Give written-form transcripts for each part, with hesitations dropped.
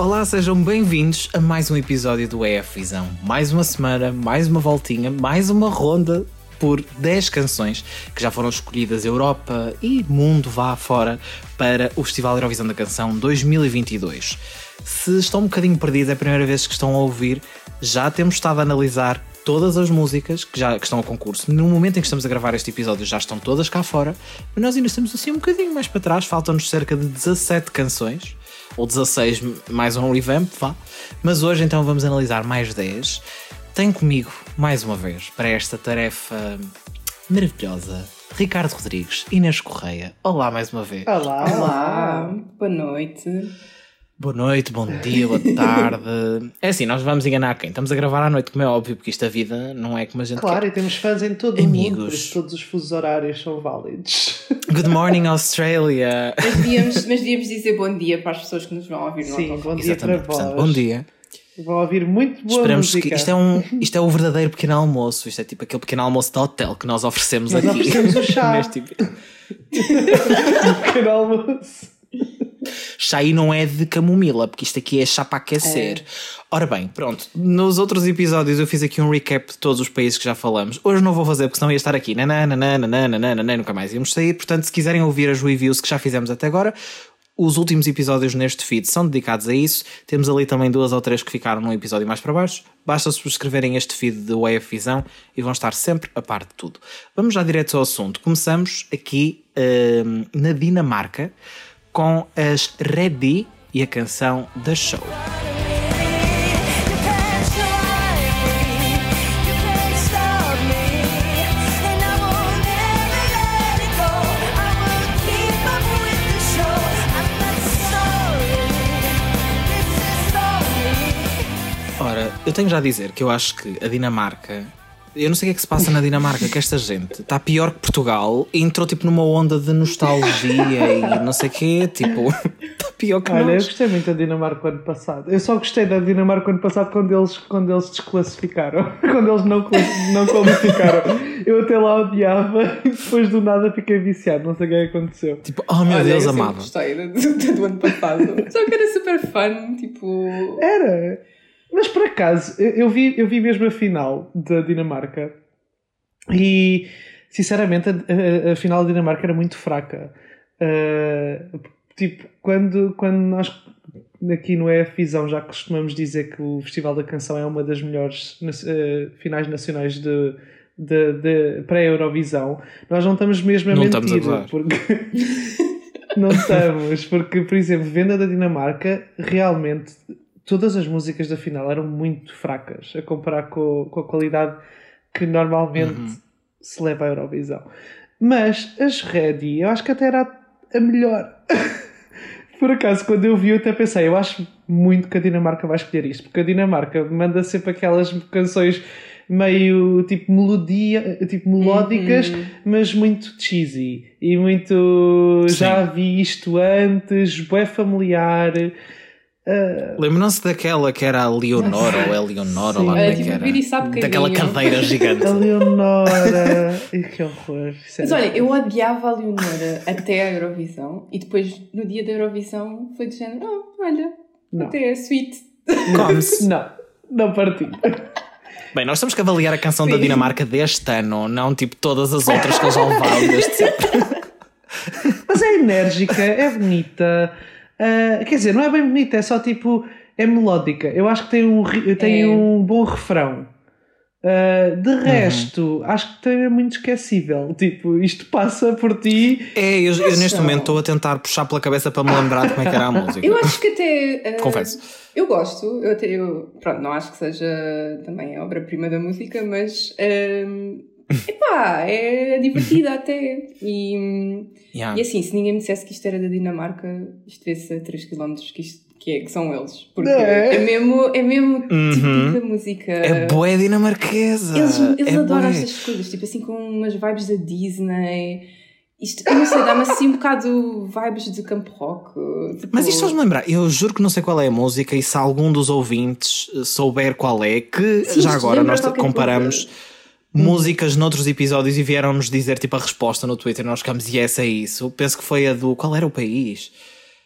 Olá, sejam bem-vindos a mais um episódio do EF Visão. Mais uma semana, mais uma voltinha, mais uma ronda por 10 canções que já foram escolhidas Europa e mundo vá fora para o Festival Eurovisão da Canção 2022. Se estão um bocadinho perdidos, é a primeira vez que estão a ouvir, já temos estado a analisar todas as músicas que estão a concurso. No momento em que estamos a gravar este episódio já estão todas cá fora, mas nós ainda estamos assim um bocadinho mais para trás, faltam-nos cerca de 17 canções, ou 16 mais um revamp, vá. Mas hoje então vamos analisar mais 10. Tenho comigo, mais uma vez, para esta tarefa maravilhosa, Ricardo Rodrigues, Inês Correia. Olá mais uma vez. Olá, olá. Boa noite. Boa noite, bom dia, boa tarde. É assim, nós vamos enganar quem? Estamos a gravar à noite, como é óbvio, porque isto a vida não é como a gente Claro, quer. E temos fãs em todo Amigos. o mundo, por isso todos os fusos horários são válidos. Good morning, Australia. Mas devíamos dizer bom dia para as pessoas que nos vão ouvir no Sim, autocarro. bom dia Exatamente, para vós. portanto, bom dia. Vão ouvir muito boa Esperamos música. que isto é o verdadeiro pequeno almoço. Isto é tipo aquele pequeno almoço de hotel que nós oferecemos Nós aqui. oferecemos o chá. Neste tipo. Pequeno almoço. Chá aí não é de camomila, porque isto aqui é chá para aquecer. Ora bem, pronto. Nos outros episódios eu fiz aqui um recap de todos os países que já falamos. Hoje não vou fazer, porque senão ia estar aqui. Nunca mais íamos sair. Portanto, se quiserem ouvir as reviews que já fizemos até agora, os últimos episódios neste feed são dedicados a isso. Temos ali também 2 ou 3 que ficaram num episódio mais para baixo. Basta subscreverem este feed do EF Visão e vão estar sempre a par de tudo. Vamos já direto ao assunto. Começamos aqui na Dinamarca com as Ready e a canção The Show. Ora, eu tenho já a dizer que eu acho que a Dinamarca... Eu não sei o que é que se passa na Dinamarca, que esta gente está pior que Portugal e entrou tipo numa onda de nostalgia e não sei o quê, tipo, está pior que Olha, eu nós. gostei muito da Dinamarca ano passado. Eu só gostei da Dinamarca ano passado quando eles desclassificaram. Quando eles não qualificaram. Eu até lá odiava e depois do nada fiquei viciado. Não sei o que é que aconteceu. Tipo, oh meu Olha, Deus, eu sempre amava. gostei do ano passado. Só que era super fun, tipo... Era. Mas por acaso, eu vi mesmo a final da Dinamarca e, sinceramente, a final da Dinamarca era muito fraca. Tipo, quando nós aqui no EF Visão já costumamos dizer que o Festival da Canção é uma das melhores finais nacionais para a Eurovisão, nós não estamos mesmo a mentir. Estamos a gozar. Porque... não estamos, porque, por exemplo, vendo a da Dinamarca, realmente... Todas as músicas da final eram muito fracas a comparar com a qualidade que normalmente se leva à Eurovisão. Mas as Ready, eu acho que até era a melhor. Por acaso, quando eu vi, eu até pensei, eu acho muito que a Dinamarca vai escolher isto, porque a Dinamarca manda sempre aquelas canções meio tipo melódicas, mas muito cheesy e muito Sim. já vi isto antes, bué familiar. Lembram-se daquela que era a Leonora ou a Eleonora, ou lá como é que era? Vivi e sabe Daquela cadeira gigante. A Leonora. Que horror. Mas olha, eu odiava a Leonora até a Eurovisão e depois, no dia da Eurovisão, foi de género, olha, Não. até é sweet. Come-se. Não partilho. Bem, nós temos que avaliar a canção da Dinamarca deste ano, não tipo todas as outras que eles já levaram desde sempre. Mas é enérgica, é bonita. Quer dizer, não é bem bonita, é só tipo... É melódica. Eu acho que tem um bom refrão. De resto, acho que é muito esquecível. Tipo, isto passa por ti. Eu neste momento estou a tentar puxar pela cabeça para me lembrar de como é que era a música. Eu acho que até... Confesso. Eu gosto. Pronto, não acho que seja também a obra-prima da música, mas... epá, é divertida até. E assim, se ninguém me dissesse que isto era da Dinamarca, isto vê-se a 3 km que são eles. Porque é mesmo tipo da música. É bué dinamarquesa. Eles adoram estas coisas, tipo assim, com umas vibes da Disney. Isto, eu não sei, dá-me assim um bocado vibes de camp rock. Tipo... Mas isto faz-me lembrar, eu juro que não sei qual é a música e se algum dos ouvintes souber qual é, que sim, já agora nós comparamos... Coisa. músicas noutros episódios e vieram-nos dizer tipo a resposta no Twitter, nós ficamos, e essa é isso. Penso que foi a do... Qual era o país?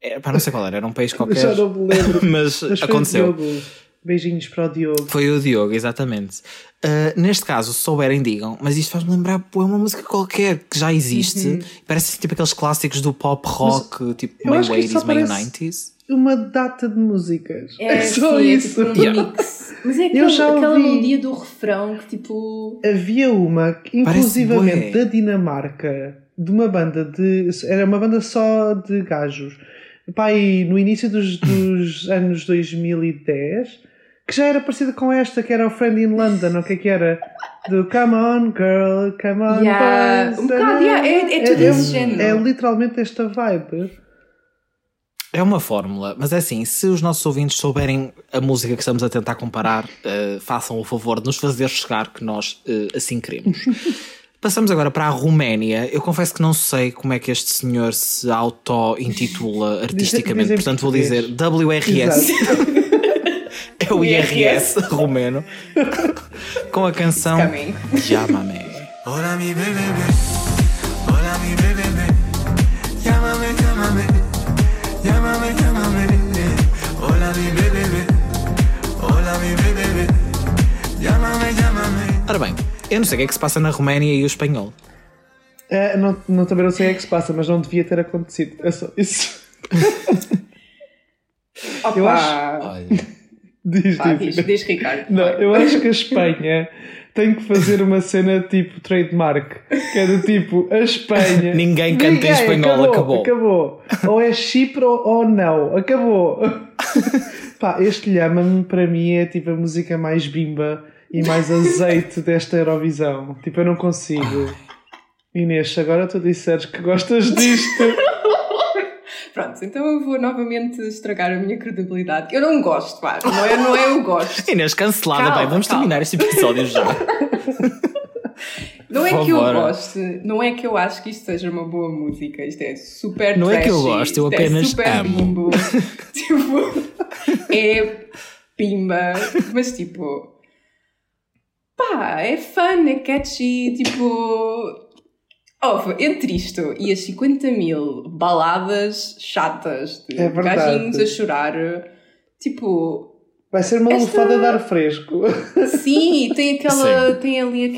Não sei qual era um país qualquer. Já não me lembro. Mas aconteceu. Beijinhos para o Diogo. Foi o Diogo, exatamente. Neste caso, se souberem, digam, mas isto faz-me lembrar uma música qualquer que já existe. Parece tipo aqueles clássicos do pop rock, tipo meio 80s, meio 90s. Uma data de músicas. É só sim, isso. É tipo um mix. Mas é aquela melodia do refrão que tipo. Havia uma, inclusivamente da Dinamarca, de uma banda de. Era uma banda só de gajos. Pai, no início dos anos 2010. Que já era parecida com esta, que era o Friend in London, o que era? Do Come On Girl, Come On Boys. Um bocado, é tudo esse género. É literalmente esta vibe. É uma fórmula, mas é assim, se os nossos ouvintes souberem a música que estamos a tentar comparar, façam o favor de nos fazer chegar, que nós assim queremos. Passamos agora para a Roménia. Eu confesso que não sei como é que este senhor se auto-intitula artisticamente, portanto vou dizer WRS. É o IRS romeno, com a canção Llámame. Hola mi bebé, hola mi bebé, llámame, llámame, llámame, llámame. Hola mi bebé, hola mi bebé, llámame, llámame. Ora bem, eu não sei o que é que se passa na Roménia e o espanhol. Também não sei o que é que se passa, mas não devia ter acontecido. É só isso. Opa. Eu acho... Olha... Diz Ricardo. Não, eu acho que a Espanha tem que fazer uma cena tipo trademark, que é do tipo a Espanha. Ninguém canta em espanhol, acabou. Ou é Chipre ou não, acabou. Pá, este Llámame para mim é tipo a música mais bimba e mais azeite desta Eurovisão. Tipo, eu não consigo. Inês, agora tu disseres que gostas disto. Pronto, então eu vou novamente estragar a minha credibilidade. Eu não gosto, pá. Não é eu gosto. Inês, cancelada, bem, vamos terminar este episódio já. Não é que eu goste, não é que eu acho que isto seja uma boa música. Isto é super não trashy, é que eu gosto, eu apenas super amo. Bimbo. Tipo, é pimba, mas tipo... Pá, é fun, é catchy, tipo... entre isto e as 50.000 baladas chatas de gajinhos a chorar, tipo... Vai ser uma lufada de ar fresco. Sim, tem ali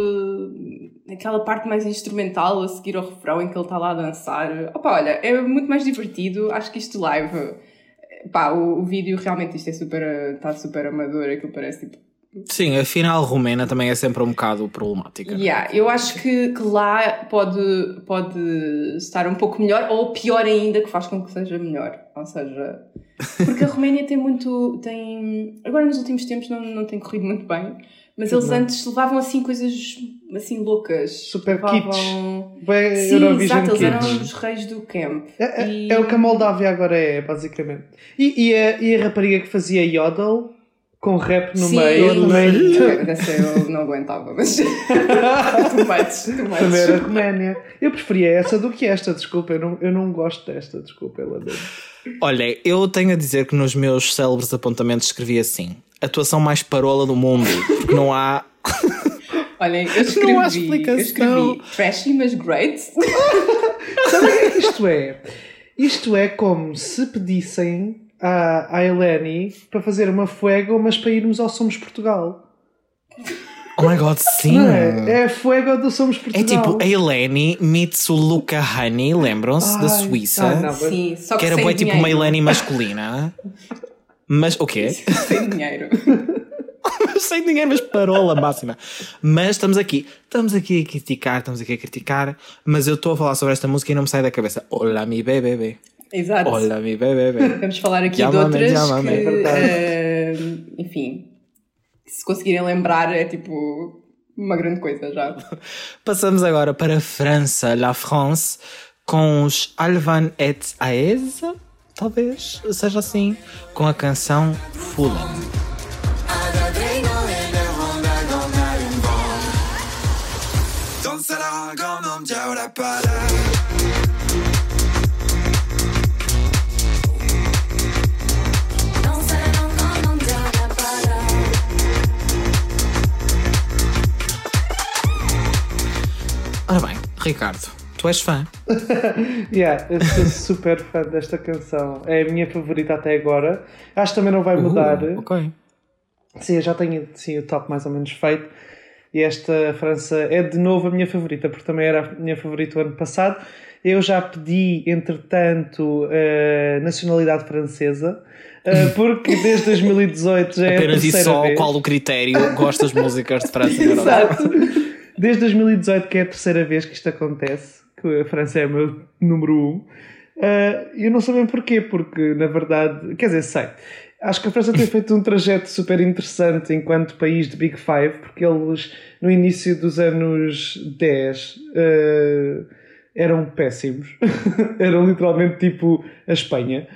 aquela parte mais instrumental a seguir ao refrão em que ele está lá a dançar. Olha, é muito mais divertido. Acho que isto live... Pá, o vídeo realmente isto está super amador, aquilo parece tipo... Sim, a final romena também é sempre um bocado problemática. Eu acho que lá pode estar um pouco melhor, ou pior ainda, que faz com que seja melhor. Ou seja, porque a Roménia agora nos últimos tempos não tem corrido muito bem, mas eles antes levavam assim coisas assim loucas. Super kitsch. Bem, sim, Eurovision exato, eles eram os reis do camp. É o que a Moldávia agora é, basicamente. E a rapariga que fazia Yodel... Com rap no meio. Dessa eu não aguentava, mas... tu mates. Também era Roménia. Eu preferia essa do que esta, desculpa. Eu não gosto desta, desculpa. Olha, eu tenho a dizer que nos meus célebres apontamentos escrevi assim: atuação mais parola do mundo, porque não há... Olha, eu escrevi trashy, mas great. Sabe o que é que isto é? Isto é como se pedissem... a Eleni para fazer uma fuego, mas para irmos ao Somos Portugal. Oh my god, sim! É a fuego do Somos Portugal. É tipo a Eleni meets o Luca Honey, lembram-se? Da Suíça. Sim, só que era sem tipo uma Eleni masculina. Mas o quê? Sem dinheiro. Sem dinheiro, mas parola máxima. Mas estamos aqui a criticar, mas eu estou a falar sobre esta música e não me sai da cabeça. Hola mi bebê. Exato. Olha, mi bebê. Vamos falar aqui de outras que, enfim, se conseguirem lembrar é tipo uma grande coisa já. Passamos agora para a França, La France, com os Alvan et Aez, talvez seja assim, com a canção Fulham. Ora bem, Ricardo, Tu és fã? Eu sou super fã desta canção. É a minha favorita até agora. Acho que também não vai mudar. Ok. Sim, eu já tenho o top mais ou menos feito. E esta França é de novo a minha favorita, porque também era a minha favorita o ano passado. Eu já pedi, entretanto, nacionalidade francesa, porque desde 2018 já é apenas a terceira e só vez. Qual o critério? Gostas de músicas de França? Exato. Desde 2018 que é a terceira vez que isto acontece, que a França é o meu número 1. Eu não sei bem porquê, porque na verdade, quer dizer, sei. Acho que a França tem feito um trajeto super interessante enquanto país de Big Five, porque eles, no início dos anos 10, eram péssimos. Eram literalmente tipo a Espanha.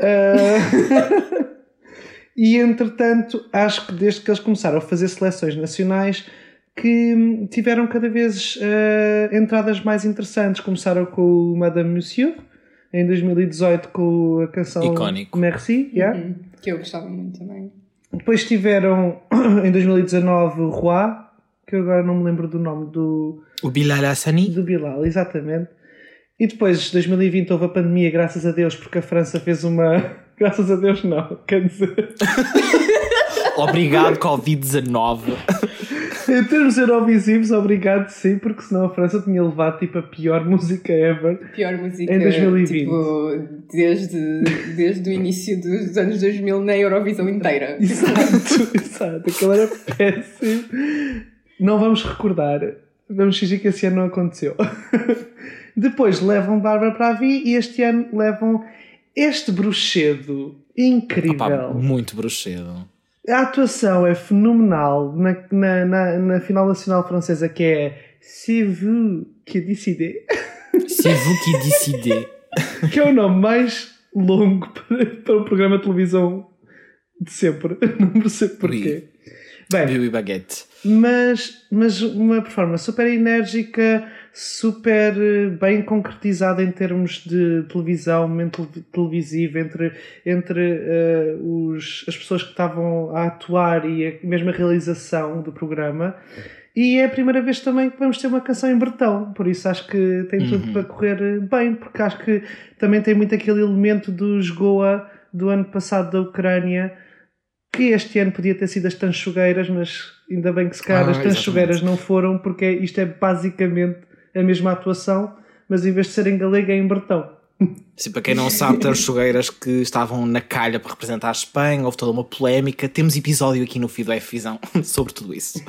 E, entretanto, acho que desde que eles começaram a fazer seleções nacionais, que tiveram cada vez entradas mais interessantes. Começaram com o Madame Monsieur, em 2018, com a canção Icónico. Merci, que eu gostava muito também. Depois tiveram, em 2019, o Roi, que eu agora não me lembro do nome do... O Bilal Hassani. Do Bilal, exatamente. E depois, 2020, houve a pandemia, graças a Deus, porque a França fez uma... Graças a Deus não, quer dizer... Obrigado, Covid-19. Em termos eurovisivos, obrigado sim, porque senão a França tinha levado tipo a pior música ever. Pior música em 2020. Tipo, desde o início dos anos 2000 na Eurovisão inteira. Exato, aquilo era péssimo. Não vamos recordar, vamos fingir que esse ano não aconteceu. Depois levam Bárbara Pravi e este ano levam este bruxedo incrível. Opa, muito bruxedo. A atuação é fenomenal na final nacional francesa, que é C'est vous qui décidez. C'est vous qui décidez. Que é o nome mais longo para um programa de televisão de sempre. Não percebo porquê. Bem, Baguette. Mas uma performance super enérgica, super bem concretizada em termos de televisão, momento televisivo, entre as pessoas que estavam a atuar e a mesma realização do programa. E é a primeira vez também que vamos ter uma canção em bretão, por isso acho que tem tudo para correr bem, porque acho que também tem muito aquele elemento dos Goa do ano passado da Ucrânia, que este ano podia ter sido as Tanchugueiras, mas ainda bem que se calhar as Tanchugueiras não foram, porque isto é basicamente a mesma atuação, mas em vez de ser em galego é em bretão. Sim, para quem não sabe, Tanchugueiras que estavam na calha para representar a Espanha, houve toda uma polémica. Temos episódio aqui no Feed da F-Visão sobre tudo isso.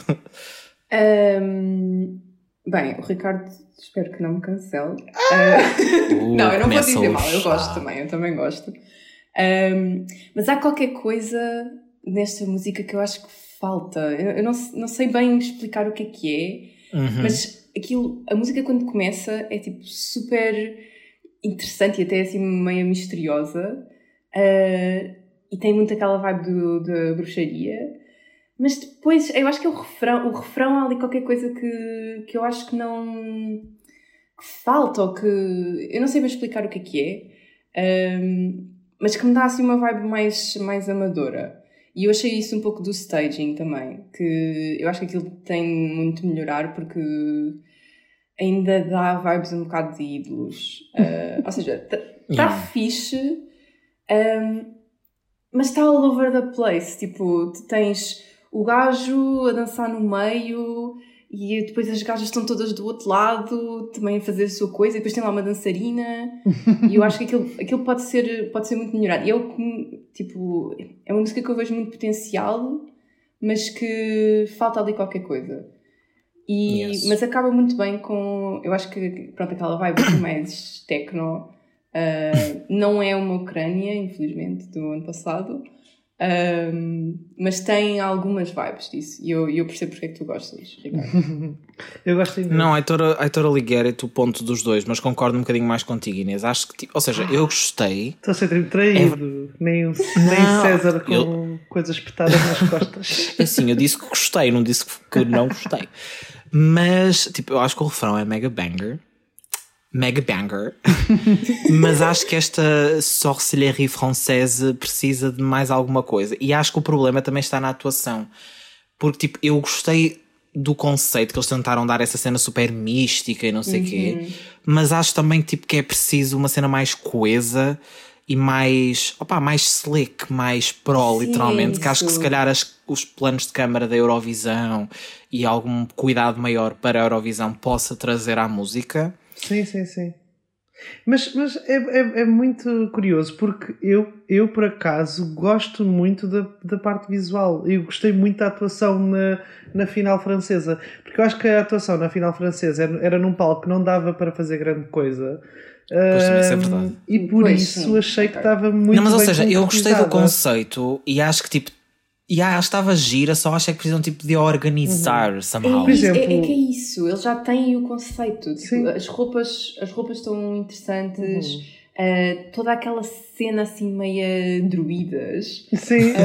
Bem, o Ricardo, espero que não me cancele. Não, eu não vou dizer mal, eu gosto também, eu também gosto. Mas há qualquer coisa nesta música que eu acho que falta. Eu não sei bem explicar o que é, mas a música quando começa é tipo super interessante e até assim meio misteriosa, e tem muito aquela vibe da bruxaria, mas depois eu acho que é o refrão há ali qualquer coisa que eu acho que não que falta, ou que eu não sei bem explicar o que é, mas que me dá assim uma vibe mais amadora. E eu achei isso um pouco do staging também, que eu acho que aquilo tem muito de melhorar, porque ainda dá vibes um bocado de ídolos. Ou seja, está fixe, mas está all over the place. Tipo, tu tens o gajo a dançar no meio e depois as gajas estão todas do outro lado também a fazer a sua coisa, e depois tem lá uma dançarina e eu acho que aquilo pode ser muito melhorado. E tipo, é uma música que eu vejo muito potencial, mas que falta ali qualquer coisa. Mas acaba muito bem com, eu acho que pronto, aquela vibe mais techno. Não é uma Ucrânia, infelizmente, do ano passado, mas tem algumas vibes disso, e eu percebo porque é que tu gostas, Ricardo. Eu gosto ainda. Não, I totally get it, o ponto dos dois, mas concordo um bocadinho mais contigo, Inês. Acho que, ou seja, eu gostei. Estou a ser traído, nem César com coisas espetadas nas costas. Assim, eu disse que gostei, não disse que não gostei. Mas, tipo, eu acho que o refrão é mega banger, mas acho que esta sorcellerie française precisa de mais alguma coisa, e acho que o problema também está na atuação, porque tipo, eu gostei do conceito que eles tentaram dar, essa cena super mística e não sei o quê, mas acho também tipo, que é preciso uma cena mais coesa e mais slick, mais pro, literalmente, que acho que se calhar os planos de câmara da Eurovisão e algum cuidado maior para a Eurovisão possa trazer à música. Sim. Mas é muito curioso, porque eu por acaso gosto muito da parte visual. Eu gostei muito da atuação na final francesa, porque eu acho que a atuação na final francesa era num palco que não dava para fazer grande coisa. Pois também isso é verdade. E por isso achei que estava muito Não, mas ou bem seja, eu gostei do concretizada. conceito e acho que tipo acho que estava gira, só acho que precisam tipo de organizar somehow. Por exemplo, é que é isso, eles já têm o conceito, tipo, as roupas estão interessantes, toda aquela cena assim meia druidas. Sim.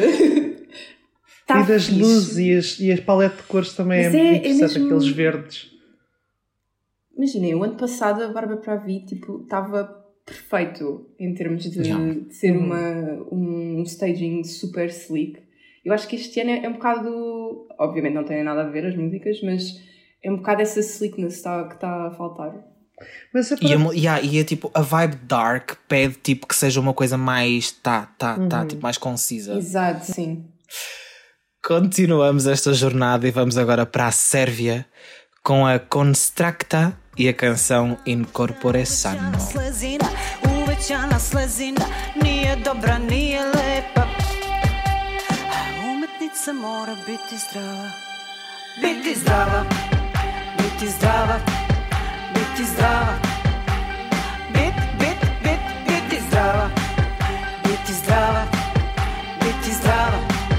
Tá e das fixe. luzes e as paletes de cores também Mas é muito é interessante, mesmo- aqueles verdes. Imaginem, o ano passado a Bárbara Pravi tipo, estava perfeito em termos de ser um staging super slick. Eu acho que este ano é um bocado... Obviamente não tem nada a ver as músicas, mas é um bocado essa slickness que está a faltar. Mas é E é tipo, a vibe dark pede tipo que seja uma coisa mais tipo, mais concisa. Exato, sim. Continuamos esta jornada e vamos agora para a Sérvia com a Constracta e a canção Incorpore Sano. Slezina, uvećana slezina, nije dobra, nije lepa. A umetnica mora biti zdrava. Biti zdrava, biti zdrava, biti zdrava. Biti zdrava, biti zdrava, biti zdrava.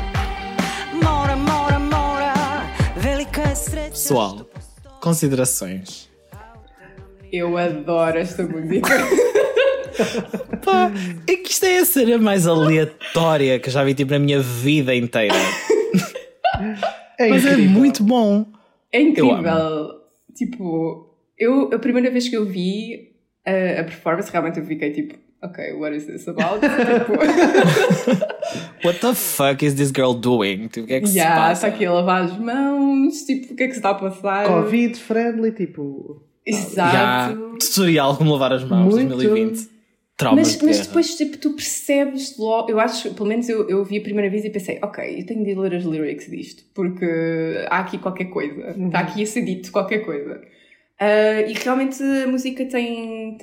Mora, velika je sreća. Pessoal, considerações. Eu adoro esta música. Pá, é que isto é a cena mais aleatória que eu já vi tipo na minha vida inteira. Mas é incrível. muito bom. É Eu incrível. Tipo, a primeira vez que eu vi a performance, realmente eu fiquei tipo, ok, what is this about? Tipo, What the fuck is this girl doing? Tipo, o que é que se está passa? aqui a lavar as mãos, tipo, o que é que se está a passar? Covid friendly, tipo... Exato. Tutorial como lavar as mãos, Muito. 2020. Traumas Mas de guerra. depois, tipo, tu percebes logo, eu acho, pelo menos eu vi a primeira vez e pensei, ok, eu tenho de ler as lyrics disto, porque há aqui qualquer coisa, está aqui a ser dito qualquer coisa. E realmente a música tem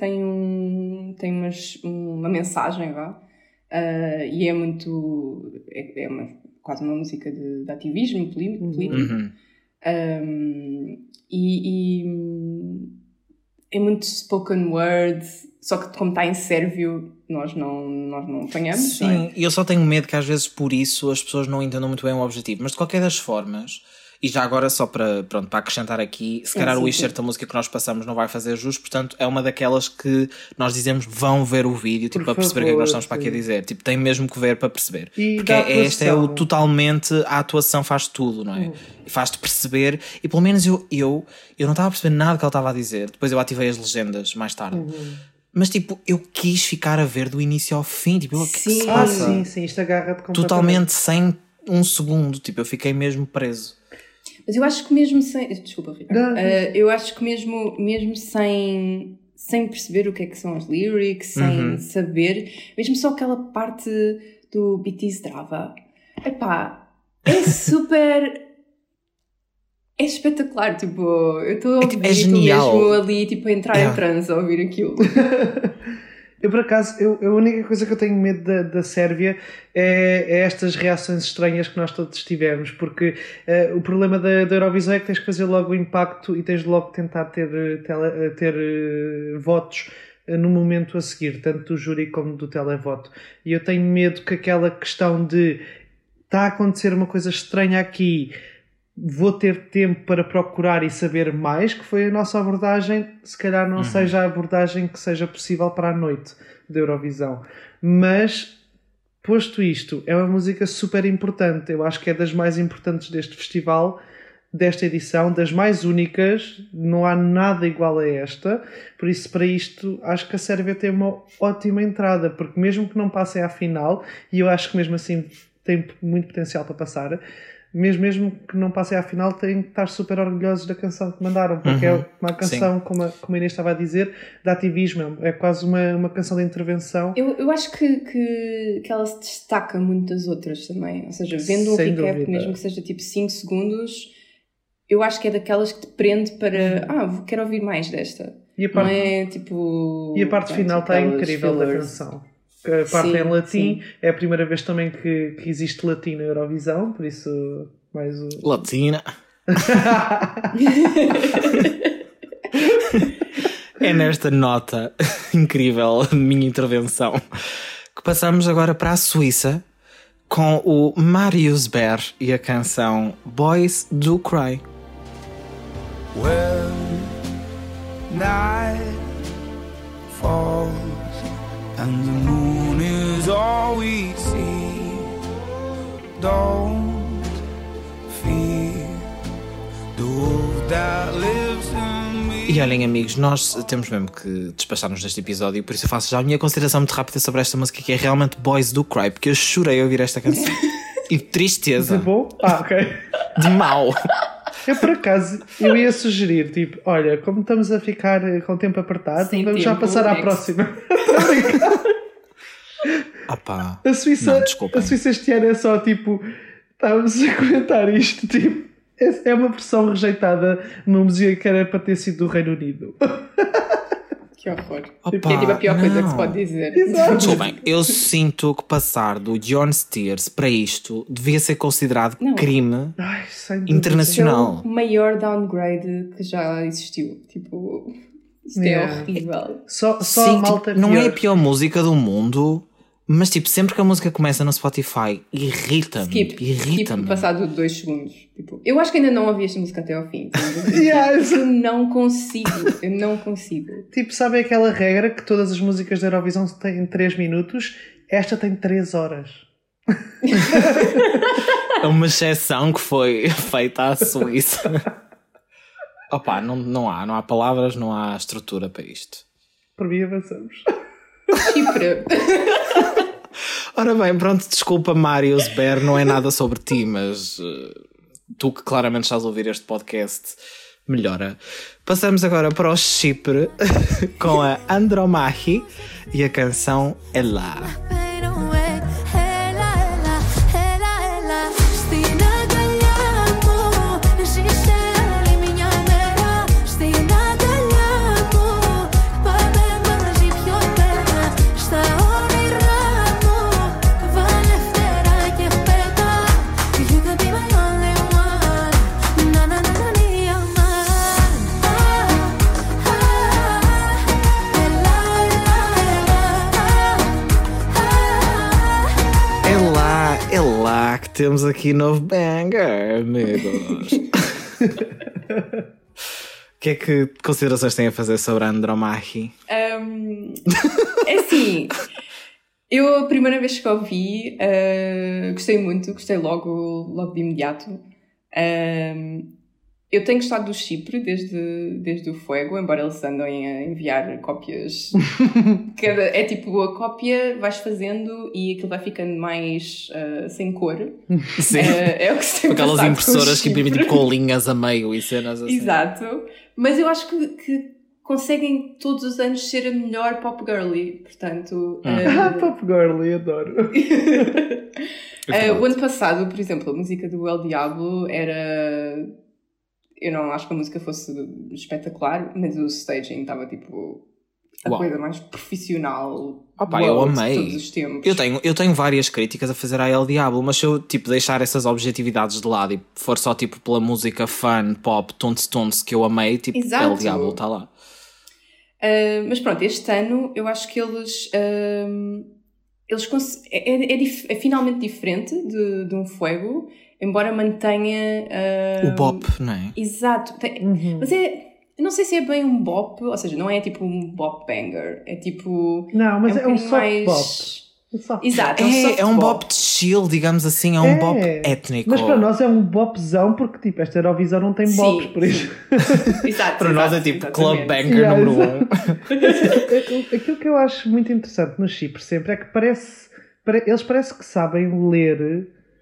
uma mensagem, vá, e é muito, quase uma música de ativismo político. Uhum. E é muito spoken word, só que como está em sérvio nós não apanhamos. Sim, não é? e eu só tenho medo que às vezes por isso as pessoas não entendam muito bem o objetivo, mas de qualquer das formas, e já agora só para acrescentar aqui, se calhar o excerto da música que nós passamos não vai fazer jus, portanto é uma daquelas que nós dizemos vão ver o vídeo, tipo, para perceber o que é que nós estamos para aqui a dizer, tipo, tem mesmo que ver para perceber, E porque da esta é o atuação. totalmente, a atuação faz tudo, não é? E faz-te perceber, e pelo menos eu não estava a perceber nada que ela estava a dizer, depois eu ativei as legendas mais tarde. Mas tipo, eu quis ficar a ver do início ao fim, tipo, o que é que se passa? sim, isto agarra-te completamente. Totalmente sem um segundo, tipo, eu fiquei mesmo preso. Mas eu acho que mesmo sem... Desculpa, Ricardo. Não. Eu acho que mesmo sem perceber o que é que são as lyrics, sem saber, mesmo só aquela parte do Biti Zdrava, epá, é super... É espetacular, tipo, eu estou a ouvir, é estou genial. mesmo ali, tipo, a entrar em transe a ouvir aquilo. Eu, por acaso, a única coisa que eu tenho medo da Sérvia é estas reações estranhas que nós todos tivemos, porque o problema da Eurovisão é que tens que fazer logo o impacto e tens logo que tentar ter votos no momento a seguir, tanto do júri como do televoto. E eu tenho medo que aquela questão de está a acontecer uma coisa estranha aqui, vou ter tempo para procurar e saber mais, que foi a nossa abordagem, se calhar não seja a abordagem que seja possível para a noite da Eurovisão. Mas, posto isto, é uma música super importante. Eu acho que é das mais importantes deste festival, desta edição, das mais únicas. Não há nada igual a esta. Por isso, para isto, acho que a Sérvia tem uma ótima entrada, porque mesmo que não passem à final, e eu acho que mesmo assim tem muito potencial para passar, mesmo que não passem à final, têm que estar super orgulhosos da canção que mandaram, porque é uma canção, como a Inês estava a dizer, de ativismo, é quase uma canção de intervenção. Eu acho que ela se destaca muito das outras também, ou seja, vendo um recap, mesmo que seja tipo 5 segundos, eu acho que é daquelas que te prende para, quero ouvir mais desta. E a parte, não é tipo... E a parte final está incrível da canção. A parte em latim, é a primeira vez também que existe latim na Eurovisão, por isso mais o... Latina. É nesta nota incrível de minha intervenção que passamos agora para a Suíça com o Marius Ber e a canção Boys Do Cry. Well, night falls and the moon is all we see. Don't fear the wolf that lives in me. E olhem, amigos, nós temos mesmo que despachar-nos neste episódio, por isso eu faço já a minha consideração muito rápida sobre esta música, que é realmente Boys Do Cry, porque eu chorei a ouvir esta canção. E de tristeza. De bom? Ok. De mau. Eu, por acaso, eu ia sugerir, tipo, olha, como estamos a ficar com o tempo apertado, vamos já passar à próxima. A Suíça este ano é só, tipo, estávamos a comentar isto, tipo, é uma versão rejeitada numa música que era para ter sido do Reino Unido. Que horror. É tipo a pior coisa que se pode dizer. Desculpem, eu sinto que passar do John Steers para isto devia ser considerado crime internacional. É o maior downgrade que já existiu. Tipo, isto é horrível. Só sim, a malta tipo, não é a pior música do mundo, mas tipo, sempre que a música começa no Spotify, irrita-me. Skip passado 2 segundos. Tipo, eu acho que ainda não ouvi esta música até ao fim. Eu não consigo. Tipo, sabe aquela regra que todas as músicas da Eurovisão têm 3 minutos? Esta tem 3 horas. É uma exceção que foi feita à Suíça. Opa, não há palavras, não há estrutura para isto. Por mim avançamos. Chipre. Ora bem, pronto, desculpa Marius Ber, não é nada sobre ti, mas tu que claramente estás a ouvir este podcast, melhora. Passamos agora para o Chipre com a Andromachi e a canção Ela. Que temos aqui novo banger, amigos. Que considerações têm a fazer sobre a Andromachi? É assim, eu a primeira vez que ouvi gostei muito, gostei logo de imediato. Eu tenho gostado do Chipre desde o Fuego, embora eles andem a enviar cópias. É tipo, a cópia vais fazendo e aquilo vai ficando mais sem cor. Sim. É o que se tem aquelas impressoras que imprimem tipo com linhas a meio e cenas assim. Exato. Mas eu acho que conseguem todos os anos ser a melhor pop girly. Portanto... pop girly, adoro. O ano passado, por exemplo, a música do El Diablo era... Eu não acho que a música fosse espetacular, mas o staging estava tipo a coisa mais profissional eu amei. de todos os tempos. Eu tenho várias críticas a fazer a El Diablo, mas se eu tipo, deixar essas objetividades de lado e for só tipo pela música fun, pop, tunts que eu amei, tipo, El Diablo está lá. Mas pronto, este ano eu acho que eles é finalmente diferente de um Fuego, embora mantenha... o bop, não é? Exato. Mas eu não sei se é bem um bop, ou seja, não é tipo um bop banger, é tipo... Não, mas é um soft bop. Exato, é um bop de chill, digamos assim, é um bop étnico. Mas para nós é um bopzão, porque tipo, esta Eurovisão não tem bops, por isso. Exato, para nós é tipo club banger número 1. Aquilo que eu acho muito interessante no Chipre sempre é que eles parece que sabem ler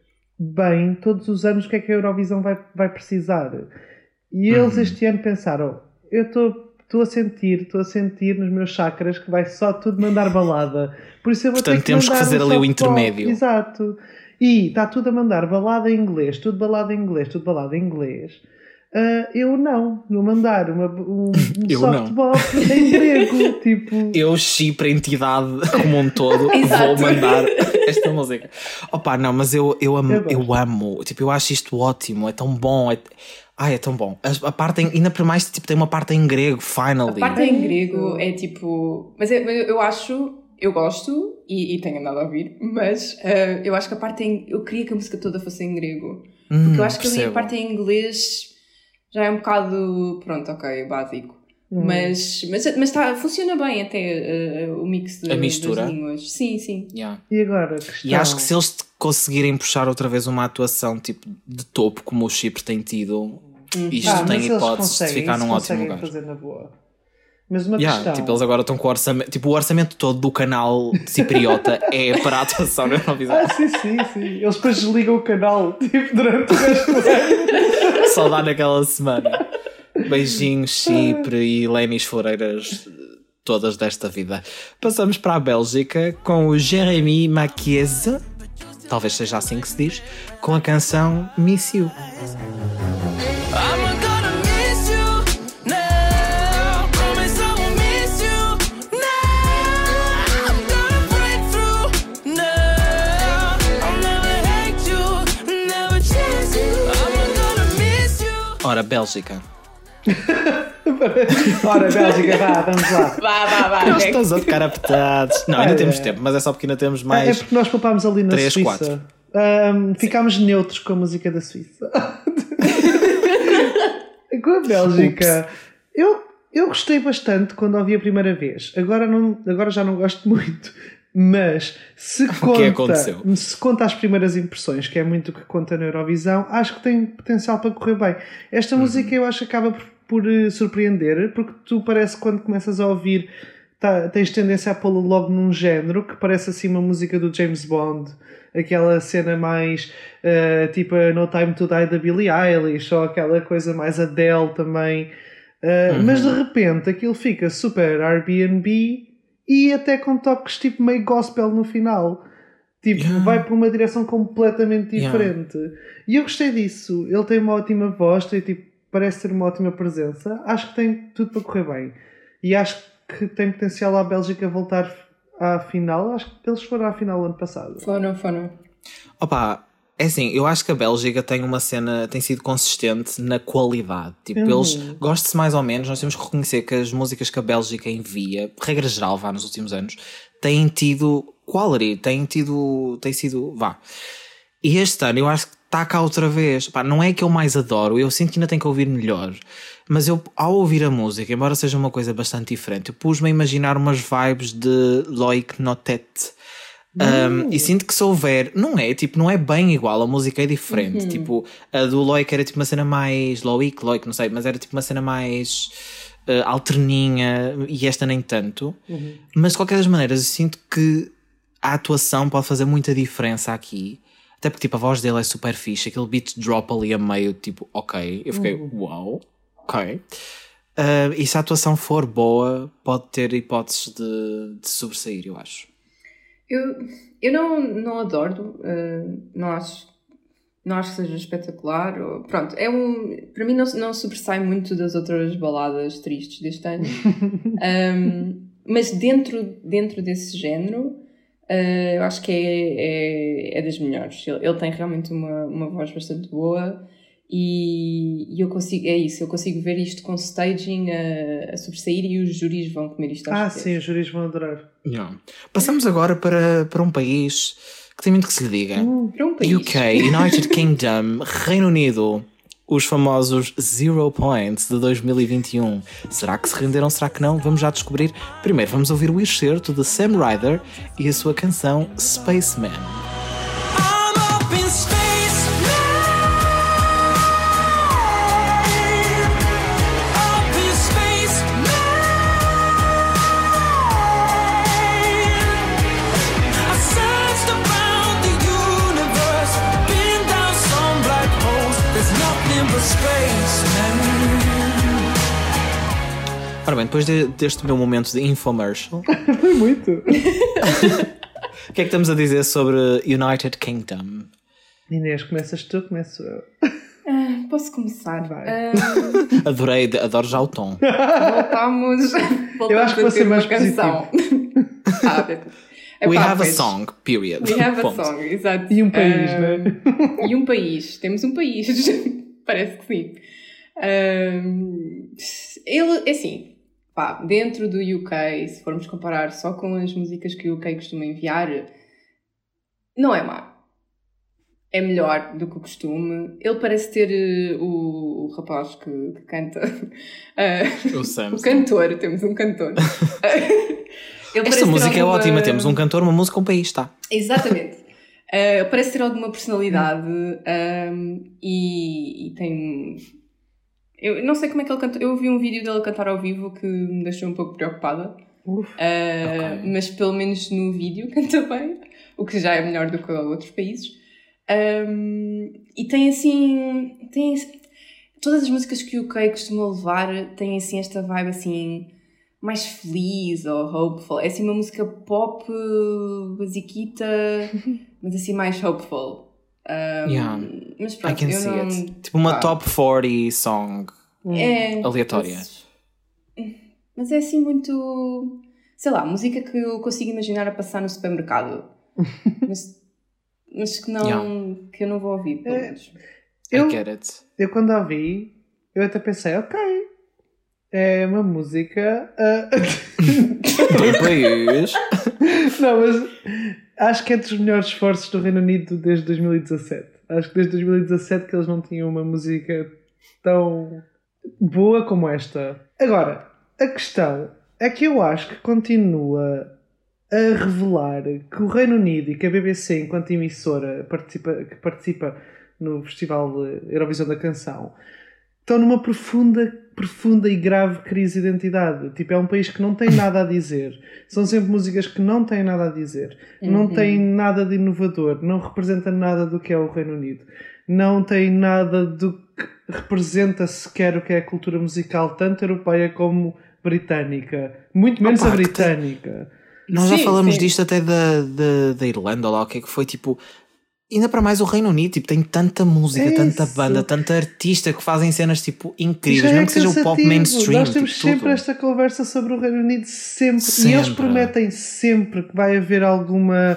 bem todos os anos o que é que a Eurovisão vai precisar. E eles este ano pensaram, eu estou a sentir nos meus chakras que vai só tudo mandar balada. Por isso eu vou ter que temos que fazer ali o intermédio. Exato. E está tudo a mandar balada em inglês, tudo balada em inglês, tudo balada em inglês. Eu não. Vou mandar um softball em grego. Tipo... Eu chipro a entidade como um todo. Vou mandar esta música. Opa, não, mas eu amo. Tipo, eu acho isto ótimo. É tão bom. É tão bom. A parte ainda por mais, tipo, tem uma parte em grego, finally. A parte em grego é tipo... Mas eu acho... Eu gosto e tenho andado a ouvir, mas eu acho que a parte eu queria que a música toda fosse em grego. Porque eu acho que ali a parte em inglês já é um bocado... Pronto, ok, básico. Mas funciona bem até o mix das línguas. Sim. Yeah. E agora? E acho que se eles conseguirem puxar outra vez uma atuação tipo de topo, como o Chipre tem tido, isto tem hipóteses de ficar num ótimo lugar. Fazer na boa. Mas uma questão... Tipo, eles agora estão com o orçamento... Tipo, o orçamento todo do canal cipriota é para a atuação na Eurovisão. Sim. Eles depois desligam o canal, tipo, durante o resto do ano. Só dá naquela semana. Beijinhos, Chipre e Lénis Floreiras, todas desta vida. Passamos para a Bélgica com o Jérémy Machiese, talvez seja assim que se diz, com a canção Miss You. Ora, Bélgica. Ora, Bélgica, vamos lá. Vá. Eles estão a ficar apetados. Não, ainda temos tempo, mas é só porque ainda temos mais. É porque nós poupámos ali na 3, Suíça. Ficámos neutros com a música da Suíça. Com a Bélgica. Eu gostei bastante quando ouvi a primeira vez. Agora já não gosto muito. Mas se conta as primeiras impressões, que é muito o que conta na Eurovisão, acho que tem potencial para correr bem. Esta música eu acho que acaba por surpreender, porque tu parece que quando começas a ouvir tens tendência a pô-lo logo num género que parece assim uma música do James Bond, aquela cena mais tipo a No Time to Die da Billie Eilish, ou aquela coisa mais Adele também, mas de repente aquilo fica super Airbnb e até com toques tipo meio gospel no final. Tipo, vai para uma direção completamente diferente. E eu gostei disso. Ele tem uma ótima voz, tipo, parece ter uma ótima presença. Acho que tem tudo para correr bem. E acho que tem potencial a Bélgica voltar à final. Acho que eles foram à final ano passado. Foram. Opa, é assim, eu acho que a Bélgica tem uma cena, tem sido consistente na qualidade. Tipo, eles, goste-se mais ou menos, nós temos que reconhecer que as músicas que a Bélgica envia, regra geral, nos últimos anos, têm tido quality, têm sido, E este ano eu acho que está cá outra vez. Pá, não é que eu mais adoro, eu sinto que ainda tenho que ouvir melhor. Mas eu, ao ouvir a música, embora seja uma coisa bastante diferente, eu pus-me a imaginar umas vibes de Loïc Notet. E sinto que se houver, não é bem igual, a música é diferente. Tipo, a do Loïc era tipo uma cena mais Loïc, não sei, mas era tipo uma cena mais alterninha, e esta nem tanto. Mas de qualquer das maneiras eu sinto que a atuação pode fazer muita diferença aqui, até porque tipo, a voz dele é super fixe, aquele beat drop ali a meio, tipo, ok, eu fiquei, uau, ok. E se a atuação for boa, pode ter hipóteses de sobressair, eu acho. Eu não adoro, não acho que seja espetacular. Pronto, para mim não sobressai muito das outras baladas tristes deste ano. Mas dentro desse género, eu acho que é das melhores. Ele tem realmente uma voz bastante boa. E eu consigo ver isto com staging a sobressair, e os júris vão comer isto aos sim, os júris vão adorar. Passamos agora para um país que tem muito que se lhe diga. Para um país. UK, United Kingdom, Reino Unido, os famosos 0 Points de 2021. Será que se renderam? Será que não? Vamos já descobrir. Primeiro vamos ouvir o excerto de Sam Ryder e a sua canção Spaceman. Been down Ora bem, depois deste meu momento de infomercial, Foi muito. o que é que estamos a dizer sobre United Kingdom? Inês, começas tu, começo eu. Posso começar? Vai. Adoro já o tom. Voltamos Eu acho que a vou ter ser uma mais canção. We have a pois. song, period. We have a Ponto. song, exato. E um país, não é? E um país. Temos um país. Parece que sim. Ele, assim, pá, dentro do UK, se formos comparar só com as músicas que o UK costuma enviar, não é má. É melhor do que o costume. Ele parece ter o rapaz que canta. O Sam. O cantor, temos um cantor. Ele Esta parece ter música é alguma- ótima. Temos um cantor, uma música, um país, está. Exatamente. Parece ter alguma personalidade e tem... Eu não sei como é que ele canta. Eu ouvi um vídeo dele cantar ao vivo que me deixou um pouco preocupada. Mas pelo menos no vídeo canta bem, o que já é melhor do que outros países. E tem assim... Todas as músicas que o UK costuma levar têm assim esta vibe assim... mais feliz ou hopeful. É assim uma música pop basiquita, mas assim mais hopeful. Mas I pronto, can eu see não... it. Tipo uma pá, top 40 song é, aleatória. mas é assim muito... Sei lá, música que eu consigo imaginar a passar no supermercado. mas que não... que eu não vou ouvir, pelo menos. I get it. Eu quando a ouvi, eu até pensei, ok, é uma música... Do país. Não, mas acho que é dos melhores esforços do Reino Unido desde 2017. Acho que desde 2017 que eles não tinham uma música tão boa como esta. Agora, a questão é que eu acho que continua a revelar que o Reino Unido e que a BBC, enquanto emissora que participa no Festival Eurovisão da Canção, estão numa profunda e grave crise de identidade. Tipo, é um país que não tem nada a dizer. São sempre músicas que não têm nada a dizer. Não têm nada de inovador. Não representa nada do que é o Reino Unido. Não tem nada do que representa sequer o que é a cultura musical, tanto europeia como britânica. Muito menos a britânica. Nós já falamos sim. disto até da Irlanda, ou lá o que é que foi, tipo... Ainda para mais o Reino Unido, tipo, tem tanta música, tanta banda, tanta artista que fazem cenas, tipo, incríveis, mesmo que seja o pop mainstream. Nós temos tipo, sempre tudo. esta conversa sobre o Reino Unido, sempre. E eles prometem sempre que vai haver alguma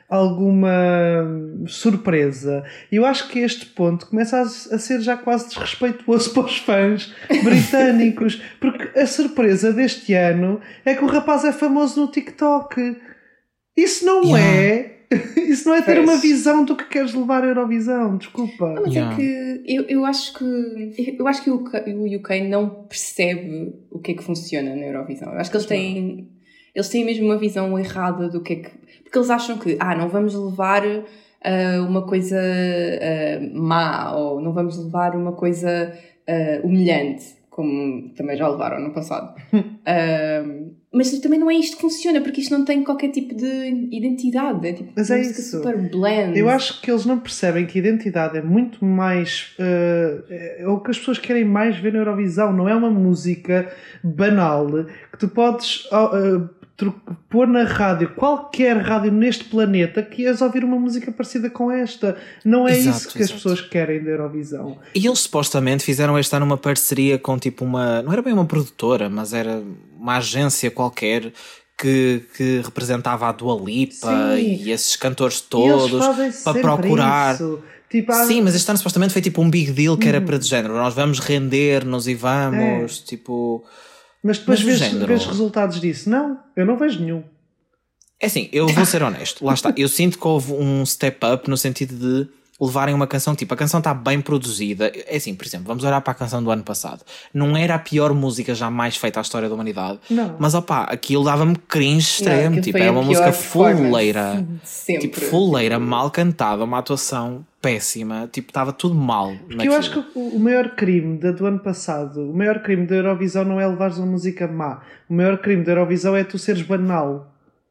surpresa. E eu acho que este ponto começa a ser já quase desrespeituoso para os fãs britânicos, porque a surpresa deste ano é que o rapaz é famoso no TikTok. Isso não é... Isso não é ter uma visão do que queres levar à Eurovisão, desculpa. Mas é que eu acho que o UK não percebe o que é que funciona na Eurovisão. Eu acho que eles têm mesmo uma visão errada do que é que... Porque eles acham que não vamos levar uma coisa má, ou não vamos levar uma coisa humilhante, como também já levaram no passado. Mas também não é isto que funciona, porque isto não tem qualquer tipo de identidade. É tipo mas uma é música isso. super blend. Eu acho que eles não percebem que identidade é muito mais... é o que as pessoas querem mais ver na Eurovisão. Não é uma música banal que tu podes pôr na rádio, qualquer rádio neste planeta, que ias ouvir uma música parecida com esta. Não é isso que as pessoas querem da Eurovisão. E eles supostamente fizeram este ano uma parceria com tipo uma... Não era bem uma produtora, mas era uma agência qualquer que representava a Dua Lipa e esses cantores todos para procurar... Tipo, Sim, mas este ano supostamente foi tipo um big deal que era para de género. Nós vamos render-nos e vamos, tipo... Mas depois vês resultados disso. Não, eu não vejo nenhum. É assim, eu vou ser honesto. Lá está. Eu sinto que houve um step up no sentido de levarem uma canção, tipo, a canção está bem produzida. É assim, por exemplo, vamos olhar para a canção do ano passado. Não era a pior música jamais feita à história da humanidade. Não. Mas, aquilo dava-me cringe extremo. Tipo, era uma música fuleira. Tipo, fuleira, mal cantada, uma atuação péssima. Tipo, estava tudo mal. Porque eu acho que o maior crime do ano passado, o maior crime da Eurovisão não é levares uma música má. O maior crime da Eurovisão é tu seres banal.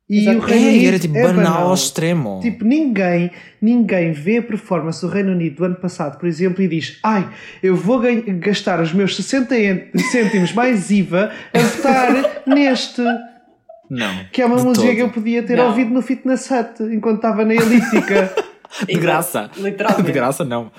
E o Reino Unido era tipo banal ao extremo. Tipo, ninguém vê a performance do Reino Unido do ano passado, por exemplo, e diz: ai, eu vou gastar os meus 60 cêntimos mais IVA a votar neste. Não. Que é uma música que eu podia ter ouvido no Fitness Hut enquanto estava na Elíptica. De graça. Literalmente. De graça, não.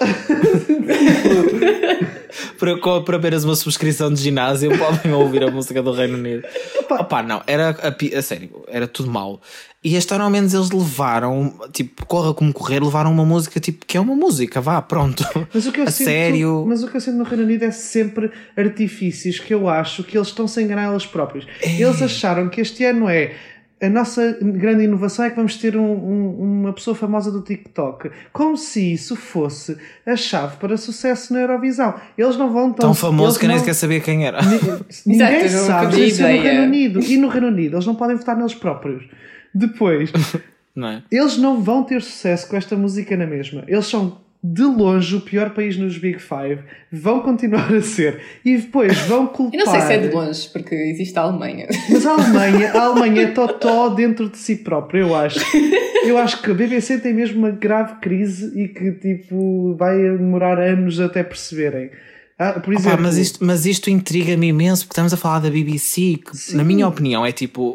Para apenas uma subscrição de ginásio podem ouvir a música do Reino Unido. Opa, não, era a sério, era tudo mau. E este ano ao menos eles levaram, tipo, corra como correr, levaram uma música tipo, que é uma música, vá, pronto. Mas o que eu sinto, mas o que eu sinto no Reino Unido é sempre artifícios que eu acho que eles estão sem enganar eles próprios. Eles acharam que este ano a nossa grande inovação é que vamos ter uma pessoa famosa do TikTok. Como se isso fosse a chave para sucesso na Eurovisão. Eles não vão tão famoso que nem sequer sabia quem era. Ninguém sabe isso no Reino Unido. E no Reino Unido eles não podem votar neles próprios. Depois, não é? Eles não vão ter sucesso com esta música na mesma. Eles são de longe o pior país nos Big Five, vão continuar a ser, e depois vão culpar... Eu não sei se é de longe, porque existe a Alemanha. Mas a Alemanha é totó dentro de si própria, eu acho. Eu acho que a BBC tem mesmo uma grave crise e que tipo vai demorar anos até perceberem. Por exemplo... mas isto intriga-me imenso, porque estamos a falar da BBC, que sim, na minha opinião é tipo...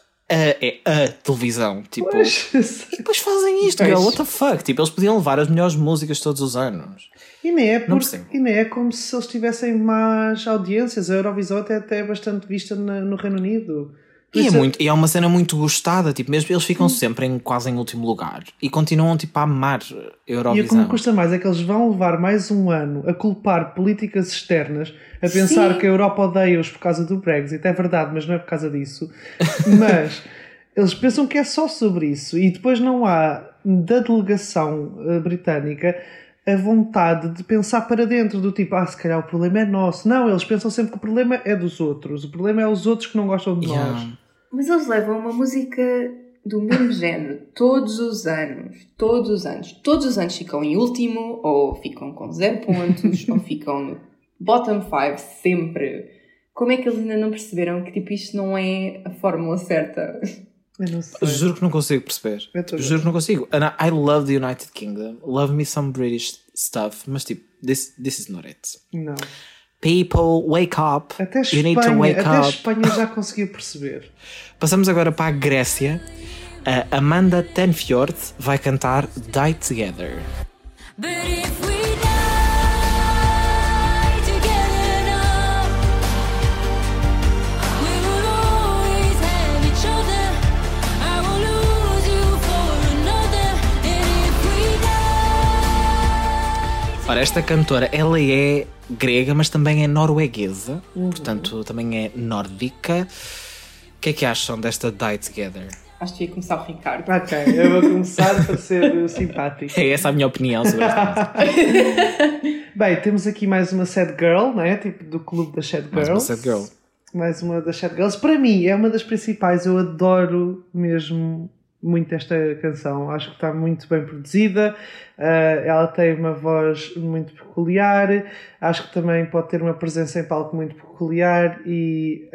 é a televisão, tipo, e depois fazem isto, girl, what the fuck, tipo, eles podiam levar as melhores músicas todos os anos. E nem é como se eles tivessem más audiências. A Eurovisão até é bastante vista no Reino Unido. E é uma cena muito gostada, tipo, mesmo eles ficam sempre quase em último lugar e continuam tipo a amar a Eurovisão. E o que me custa mais é que eles vão levar mais um ano a culpar políticas externas, a pensar que a Europa odeia-os por causa do Brexit. É verdade, mas não é por causa disso. Mas eles pensam que é só sobre isso, e depois não há da delegação britânica a vontade de pensar para dentro, do tipo, se calhar o problema é nosso. Não, eles pensam sempre que o problema é dos outros. O problema é os outros que não gostam de nós. Mas eles levam uma música do mesmo género todos os anos. Todos os anos. Todos os anos ficam em último, ou ficam com 0 pontos, ou ficam no bottom 5 sempre. Como é que eles ainda não perceberam que tipo, isto não é a fórmula certa? Eu não sei. Juro que não consigo perceber. Juro que não consigo. And I love the United Kingdom. Love me some British stuff. Mas tipo, this is not it. Não. People, wake up. Até you need to wake até up. Espanha já conseguiu perceber. Passamos agora para a Grécia. A Amanda Tenfjord vai cantar Die Together. But if we die together now, we will always have each other. I will lose you for another. And if we die... Ora, esta cantora, ela é grega, mas também é norueguesa. Portanto, também é nórdica. O que é que acham desta Die Together? Acho que ia começar o Ricardo. Ok, eu vou começar para ser simpático. É essa a minha opinião sobre esta música. Bem, temos aqui mais uma Sad Girl, não é? Tipo do clube das Sad Girls. Mais uma Sad Girl. Mais uma das Sad Girls. Para mim, é uma das principais. Eu adoro mesmo muito esta canção. Acho que está muito bem produzida. Ela tem uma voz muito peculiar. Acho que também pode ter uma presença em palco muito peculiar. E...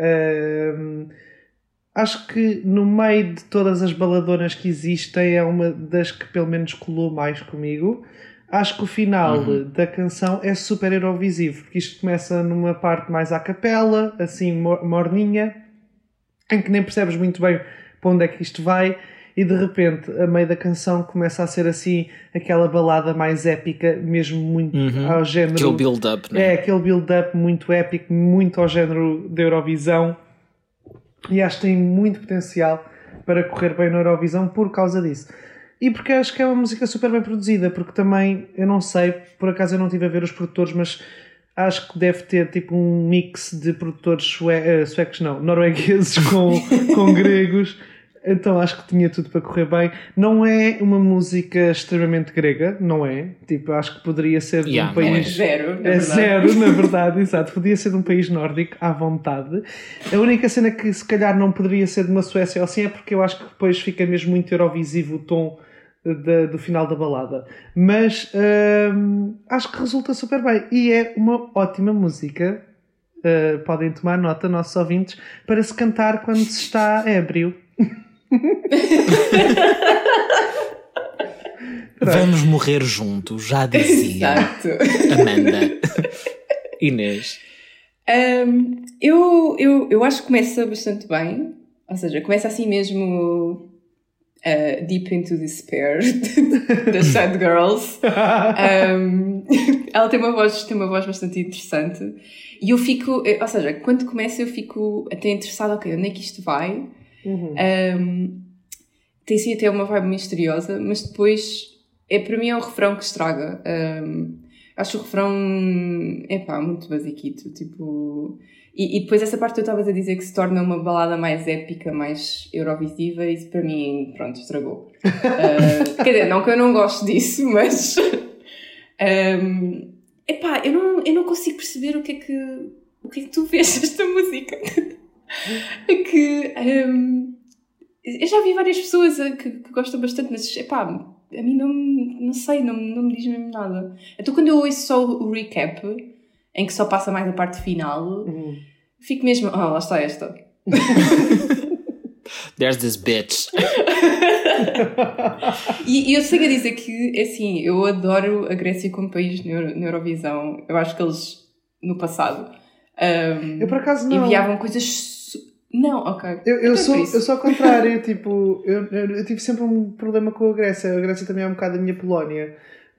acho que no meio de todas as baladonas que existem é uma das que pelo menos colou mais comigo. Acho que o final da canção é super eurovisivo, porque isto começa numa parte mais à capela, assim morninha, em que nem percebes muito bem para onde é que isto vai, e de repente a meio da canção começa a ser assim aquela balada mais épica, mesmo muito ao género... Aquele build-up, não é? É, aquele build-up muito épico, muito ao género da Eurovisão. E acho que tem muito potencial para correr bem na Eurovisão por causa disso. E porque acho que é uma música super bem produzida, porque também, eu não sei, por acaso eu não estive a ver os produtores, mas acho que deve ter tipo um mix de produtores suecos, não, noruegueses com gregos. Então acho que tinha tudo para correr bem. Não é uma música extremamente grega, não é? Tipo, acho que poderia ser de um país... Zero, na verdade. Zero, na verdade, exato. Podia ser de um país nórdico, à vontade. A única cena que se calhar não poderia ser de uma Suécia ou assim é porque eu acho que depois fica mesmo muito eurovisivo o tom do final da balada. Mas acho que resulta super bem. E é uma ótima música. Podem tomar nota, nossos ouvintes, para se cantar quando se está ébrio. Vamos morrer juntos, já dizia Exato. Amanda. Inês. Eu acho que começa bastante bem. Ou seja, começa assim mesmo deep into despair das Sad Girls. Ela tem uma voz bastante interessante. E eu fico... Ou seja, quando começa eu fico até interessada. Ok, onde é que isto vai? Tem sim até uma vibe misteriosa, mas depois... para mim é o refrão que estraga. Acho o refrão muito basiquito, tipo... E depois essa parte que tu estavas a dizer que se torna uma balada mais épica, mais eurovisiva, isso para mim, pronto, estragou. Quer dizer, não que eu não gosto disso, mas... eu não consigo perceber o que é que tu vês desta música. É que... eu já vi várias pessoas que gostam bastante, mas a mim não sei, não me diz mesmo nada. Então quando eu ouço só o recap, em que só passa mais a parte final, fico mesmo, lá está esta. There's this bitch. E eu sei a dizer que, assim, eu adoro a Grécia como país na Eurovisão. Eu acho que eles, no passado, eu por acaso não enviavam coisas... Não, ok. Eu sou ao contrário, tipo, eu tive sempre um problema com a Grécia. A Grécia também é um bocado a minha Polónia.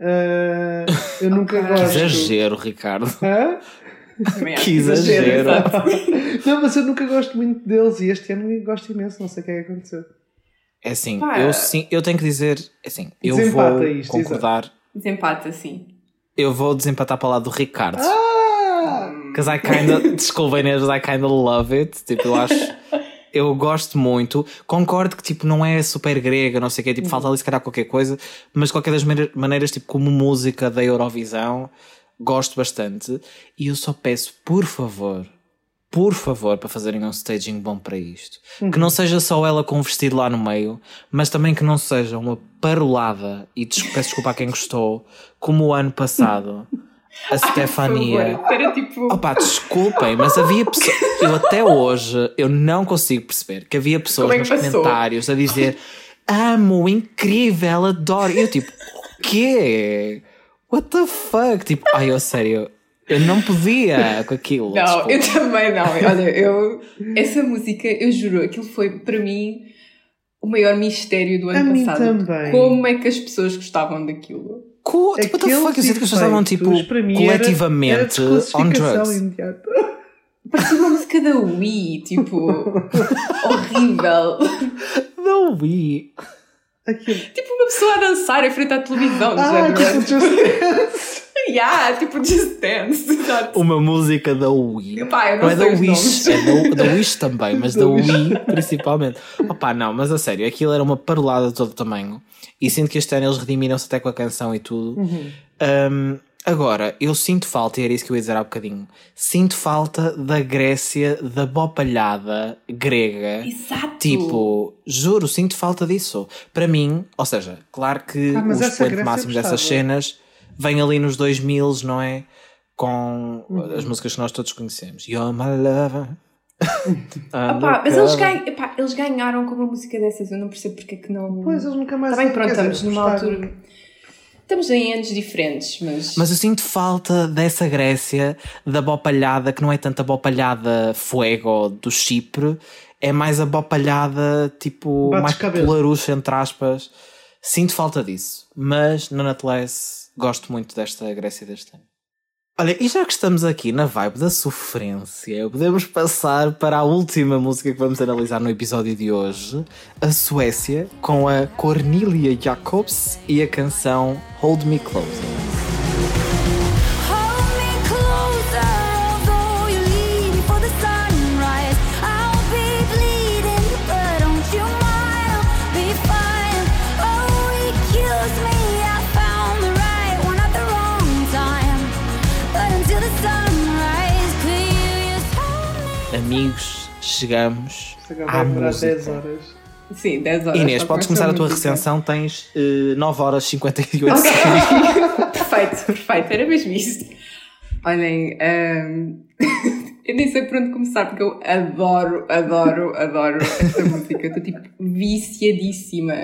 Eu nunca gosto. Exagero, Ricardo. Hã? Que exagero. Não, mas eu nunca gosto muito deles e este ano gosto imenso, não sei o que é que aconteceu. É assim, eu tenho que dizer, assim, eu Desempata vou isto, concordar. Desempata, sim. Eu vou desempatar para o lado do Ricardo. Because desculpa Inês, I kinda love it. Tipo, eu gosto muito. Concordo que, tipo, não é super grega, não sei o quê. Tipo, falta ali se calhar qualquer coisa. Mas de qualquer das maneiras, tipo, como música da Eurovisão, gosto bastante. E eu só peço, por favor, para fazerem um staging bom para isto. Que não seja só ela com um vestido lá no meio, mas também que não seja uma parolada, e peço desculpa a quem gostou, como o ano passado. A Stefania. Era tipo... Desculpem, mas havia pessoas... Eu até hoje, eu não consigo perceber que havia pessoas nos comentários a dizer amo, incrível, adoro. E eu tipo, o quê? What the fuck? Tipo, eu sério, eu não podia com aquilo. Não, desculpa. eu também não. Olha, essa música, eu juro, aquilo foi para mim o maior mistério do ano passado. A mim também. Como é que as pessoas gostavam daquilo? Tipo, what the fuck? Eu sinto que as pessoas estavam tipo coletivamente on drugs. Imediata. Parecia uma música da Wii, tipo, horrível. Da Wii. Tipo uma pessoa a dançar em frente à televisão. Tipo Just Dance. Tipo Just Dance. Exato. Uma música da Wii. Eu não é da Wish, é da Wish também, mas da Wii principalmente. Não, mas a sério, aquilo era uma parolada de todo tamanho. E sinto que este ano eles redimiram-se até com a canção e tudo. Agora, eu sinto falta, e era isso que eu ia dizer há bocadinho, sinto falta da Grécia, da bopalhada grega. Exato. Tipo, juro, sinto falta disso. Para mim, ou seja, claro que o expoente máximo dessas cenas vem ali nos 2000, não é? Com as músicas que nós todos conhecemos. You're my lover. Mas eles ganharam com uma música dessas. Eu não percebo porque é que não... Pois, eles nunca mais... Está bem, pronto, estamos numa altura... Estamos em anos diferentes, mas eu sinto falta dessa Grécia, da bopalhada, que não é tanto a bopalhada fuego do Chipre, é mais a bopalhada, tipo, mais popularucha, entre aspas. Sinto falta disso. Mas, nonetheless, gosto muito desta Grécia deste ano. Olha, e já que estamos aqui na vibe da sofrência, podemos passar para a última música que vamos analisar no episódio de hoje, a Suécia, com a Cornelia Jacobs e a canção Hold Me Closer. Amigos, chegamos à música. 10 horas. Sim, 10 horas. Inês, podes começar a tua recensão, tens 9 horas e 58 segundos. Perfeito, era mesmo isso. Olhem, Eu nem sei por onde começar, porque eu adoro esta música. Estou, tipo, viciadíssima.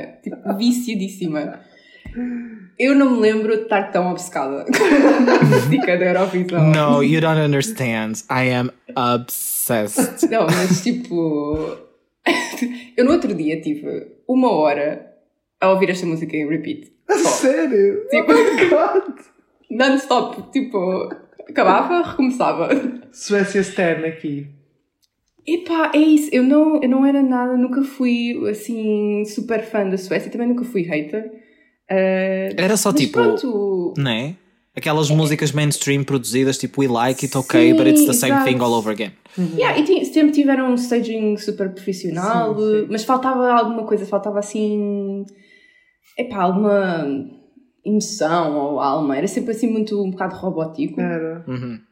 Eu não me lembro de estar tão obcecada com a música da Eurovisão. No, you don't understand. I am obsessed. Não, mas tipo... eu no outro dia tive 1 hora a ouvir esta música em repeat. Sério? Tipo, Oh my God! non-stop. Tipo, acabava, recomeçava. Suécia Stern aqui. Epá, é isso. Eu não era nada, nunca fui assim super fã da Suécia. Também nunca fui hater. Era só mas tipo, pronto. não é? Aquelas músicas mainstream produzidas, tipo We Like It, okay, but it's the same exato. thing all over again. Yeah, e sempre tiveram um staging super profissional, Sim. mas faltava alguma coisa, faltava assim, epá, alguma emoção ou alma. Era sempre assim muito um bocado robótico. Era.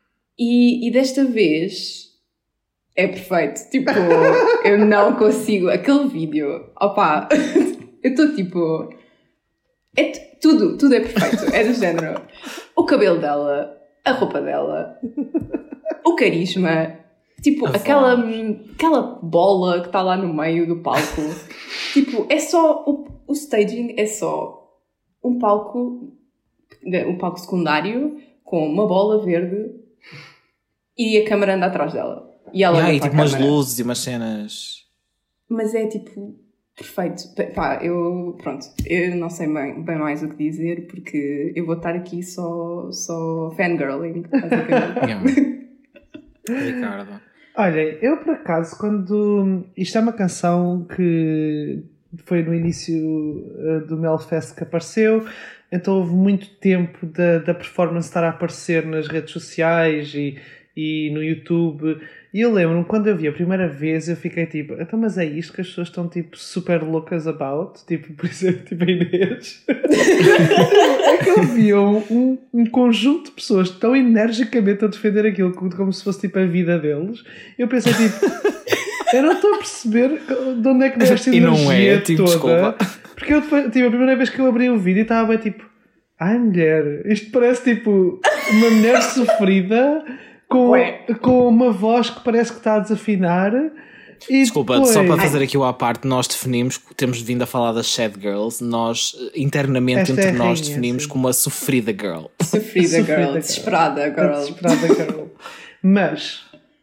E desta vez é perfeito. Tipo, eu não consigo. Aquele vídeo, opá, eu estou tipo. Tudo é perfeito. É do género. O cabelo dela, a roupa dela, o carisma, tipo, aquela bola que está lá no meio do palco. Tipo, é só. O staging é só um palco secundário com uma bola verde e a câmara anda atrás dela. E ela anda E para tipo a umas câmara. luzes e umas cenas. Mas é tipo perfeito. Pá, eu não sei bem mais o que dizer, porque eu vou estar aqui só fangirling, basicamente. Ricardo. Olhem, eu por acaso, quando... Isto é uma canção que foi no início do Melfest que apareceu, então houve muito tempo da performance estar a aparecer nas redes sociais e no YouTube. E eu lembro-me, quando eu vi a primeira vez, eu fiquei tipo, então, mas é isto que as pessoas estão tipo super loucas about? Tipo, por exemplo, tipo a Inês. É que eu vi um conjunto de pessoas tão energicamente a defender aquilo como se fosse tipo a vida deles. Eu pensei tipo, eu não estou a perceber de onde é que deve esta E não energia é, tipo, toda. desculpa. Porque eu depois, tipo, a primeira vez que eu abri o vídeo estava bem tipo, ai mulher, isto parece tipo uma mulher sofrida com uma voz que parece que está a desafinar. E Desculpa, depois... só para fazer aqui o à parte, nós definimos, temos vindo a falar das sad girls, nós internamente Esta entre é a nós rainha, definimos sim. como a sofrida girl. Sofrida girl, desesperada girl. Desesperada girl. Mas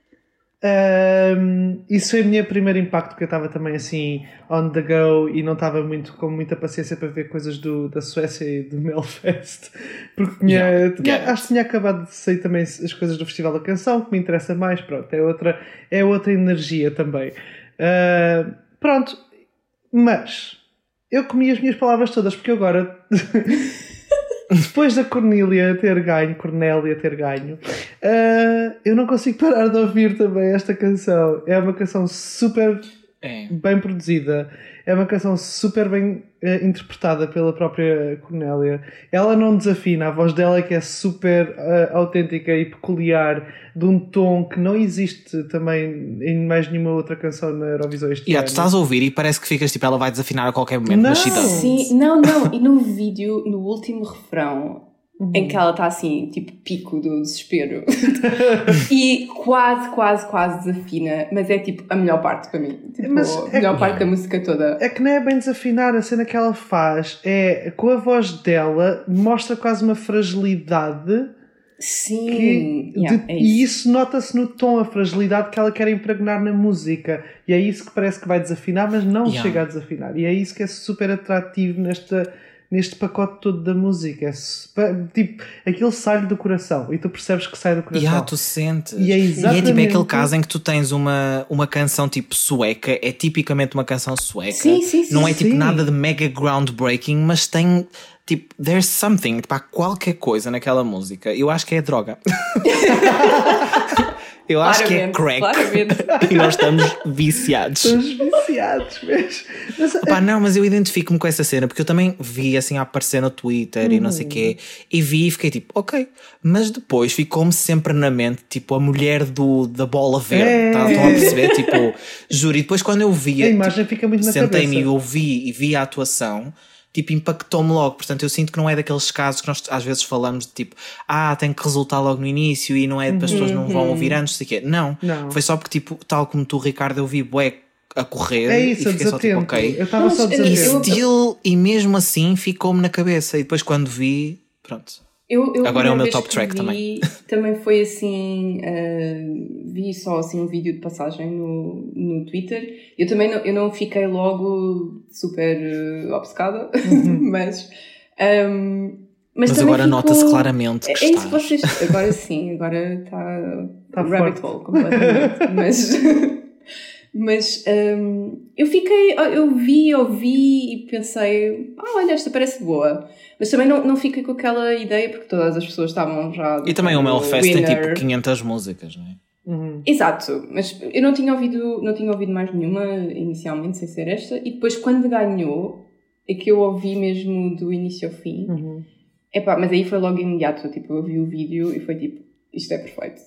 isso foi o meu primeiro impacto, porque eu estava também assim on the go e não estava com muita paciência para ver coisas da Suécia e do Melfest, porque acho que tinha acabado de sair também as coisas do Festival da Canção, que me interessa mais. Pronto, é outra energia também. Pronto, mas eu comi as minhas palavras todas, porque agora depois da Cornélia ter ganho, eu não consigo parar de ouvir também esta canção. É uma canção super bem produzida, é uma canção super bem interpretada pela própria Cornélia. Ela não desafina, a voz dela é que é super autêntica e peculiar, de um tom que não existe também em mais nenhuma outra canção na Eurovisão este ano. Tu estás a ouvir e parece que ficas tipo, ela vai desafinar a qualquer momento, Não. mas she doesn't. Sim, não. E no vídeo, no último refrão, em que ela está assim, tipo pico do desespero, e quase desafina, mas é tipo a melhor parte para mim. Tipo, Mas a melhor parte da música toda. É que não é bem desafinar, a cena que ela faz é, com a voz dela, mostra quase uma fragilidade. Sim, é E isso nota-se no tom, a fragilidade que ela quer impregnar na música. E é isso que parece que vai desafinar, mas não chega a desafinar. E é isso que é super atrativo neste pacote todo da música. Tipo, aquilo sai do coração e tu percebes que sai do coração. Tu sentes. E é exatamente... tipo aquele caso em que tu tens uma canção tipo sueca, é tipicamente uma canção sueca. Sim. Não é tipo Sim. nada de mega groundbreaking, mas tem tipo, there's something, tipo, há qualquer coisa naquela música. Eu acho que é droga. Eu acho que é crack. Claramente. E nós estamos viciados. Estamos viciados mesmo. Mas eu identifico-me com essa cena, porque eu também vi assim a aparecer no Twitter e não sei o quê, e vi e fiquei tipo, ok, mas depois ficou-me sempre na mente, tipo, a mulher da bola verde, estão a perceber? Tipo, juro, e depois quando eu vi, A imagem fica muito na sentei-me cabeça. e ouvi e vi a atuação, tipo, impactou-me logo. Portanto, eu sinto que não é daqueles casos que nós às vezes falamos de tipo, tem que resultar logo no início e não é, as pessoas não vão ouvir antes, sei quê. Não, foi só porque, tipo, tal como tu, Ricardo, eu vi bué a correr É isso, e fiquei só tipo, eu estava só desatento. E mesmo assim ficou-me na cabeça. E depois quando vi, pronto. Agora é o meu top track também. Também foi assim, vi só assim um vídeo de passagem no Twitter. Eu não fiquei logo super obcecada, mas agora nota-se claramente que é isso que vocês... Agora sim, agora está rabbit hole completamente. Mas eu ouvi e pensei, olha, esta parece boa. Mas também não fiquei com aquela ideia porque todas as pessoas estavam já... E também o Melfest tem tipo 500 músicas, não é? Exato, mas eu não tinha ouvido mais nenhuma inicialmente, sem ser esta. E depois quando ganhou, é que eu ouvi mesmo do início ao fim. Mas aí foi logo imediato, tipo, eu vi o vídeo e foi tipo, isto é perfeito.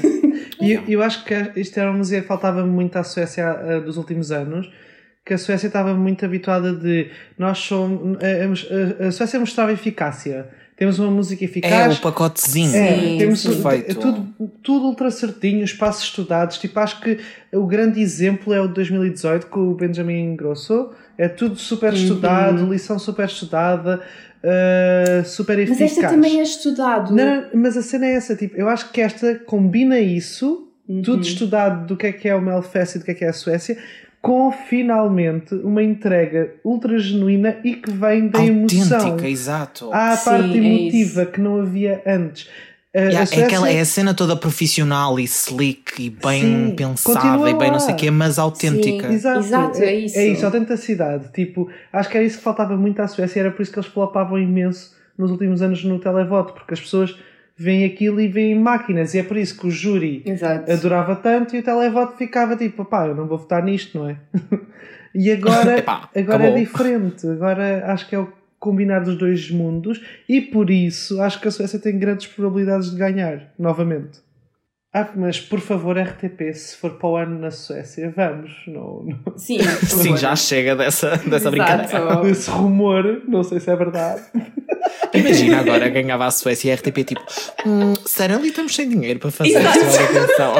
E eu acho que isto era uma música que faltava muito à Suécia dos últimos anos, que a Suécia estava muito habituada de... Nós somos... A Suécia mostrava eficácia. Temos uma música eficaz. O pacotezinho. Temos tudo ultra certinho, os passos estudados. Tipo, acho que o grande exemplo é o de 2018 com o Benjamin Grosso. É tudo super estudado, lição super estudada, super eficaz. Mas esta também é estudado. Não, mas a cena é essa, tipo, eu acho que esta combina isso, tudo estudado do que é o Melfest e do que é a Suécia, com finalmente uma entrega ultra genuína e que vem da emoção. Autêntica, exato. Há a parte emotiva que não havia antes. É a cena toda profissional e slick e bem pensada e bem não sei o quê, mas autêntica. Sim, exato, é isso. É isso, autenticidade. Tipo, acho que era isso que faltava muito à Suécia, era por isso que eles flopavam imenso nos últimos anos no televoto, porque as pessoas veem aquilo e veem máquinas, e é por isso que o júri adorava tanto e o televoto ficava tipo, eu não vou votar nisto, não é? E agora, agora é diferente, agora acho que é o combinar dos dois mundos e por isso acho que a Suécia tem grandes probabilidades de ganhar novamente. Mas por favor, RTP, se for para o ano na Suécia, vamos. Não. Sim, já chega dessa brincadeira. Esse rumor, não sei se é verdade. Imagina agora, ganhava a Suécia e a RTP tipo, sério, ali estamos sem dinheiro para fazer esta atenção.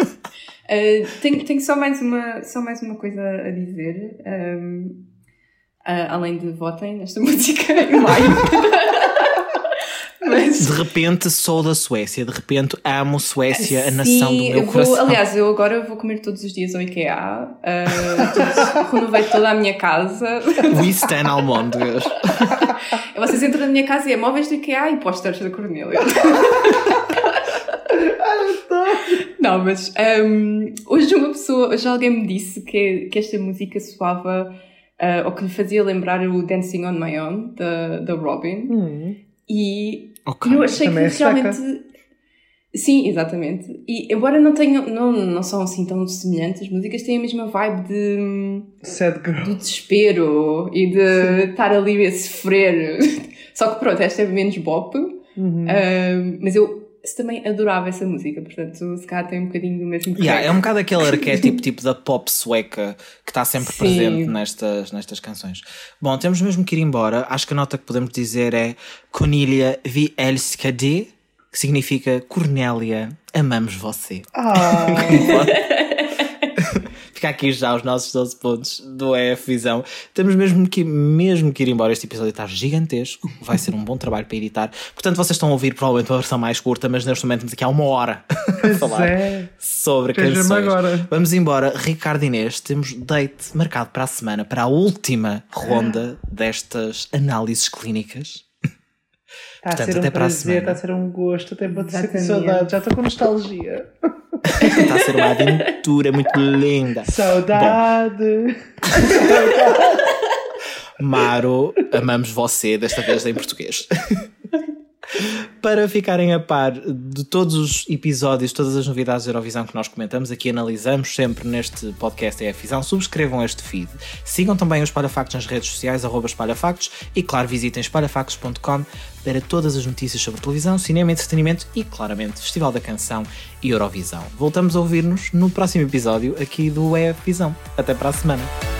Tenho só mais uma coisa a dizer. Além de votem nesta música em maio. Mas... De repente sou da Suécia, de repente amo Suécia, a nação do meu coração. Aliás, eu agora vou comer todos os dias ao IKEA, renovei toda a minha casa. We stand almôndegas. Vocês entram na minha casa e é móveis do IKEA e posters da Cornélia. Não, mas hoje alguém me disse que esta música soava ou que lhe fazia lembrar o Dancing on My Own da Robin. E eu achei que realmente... Sim, exatamente. E embora não são assim tão semelhantes, as músicas têm a mesma vibe do desespero e de estar ali a sofrer. Só que pronto, esta é menos bop. Mas eu também adorava essa música, portanto se calhar tem um bocadinho do mesmo que é um bocado aquele arquétipo tipo da pop sueca que está sempre presente nestas canções. Bom, temos mesmo que ir embora. Acho que a nota que podemos dizer é Cornelia vi älskar dig, que significa Cornélia, amamos você. Fica aqui já os nossos 12 pontos do EF Visão. Temos mesmo que ir embora. Este episódio está gigantesco, vai ser um bom trabalho para editar. Portanto, vocês estão a ouvir provavelmente uma versão mais curta, mas neste momento temos aqui há 1 hora a falar sobre canções. Agora. Vamos embora. Ricardo e Inês, temos date marcado para a semana, para a última ronda destas análises clínicas. Está a ser um prazer, está a ser um gosto, até pode ser com saudade, já estou com nostalgia. Está a ser uma aventura muito linda. Saudade. Maro, amamos você, desta vez em português. Para ficarem a par de todos os episódios, todas as novidades da Eurovisão que nós comentamos, aqui analisamos sempre neste podcast EF Visão, subscrevam este feed. Sigam também o Espalha Factos nas redes sociais, @espalhafactos, e claro, visitem espalhafactos.com para todas as notícias sobre televisão, cinema, entretenimento e, claramente, Festival da Canção e Eurovisão. Voltamos a ouvir-nos no próximo episódio aqui do EF Visão. Até para a semana.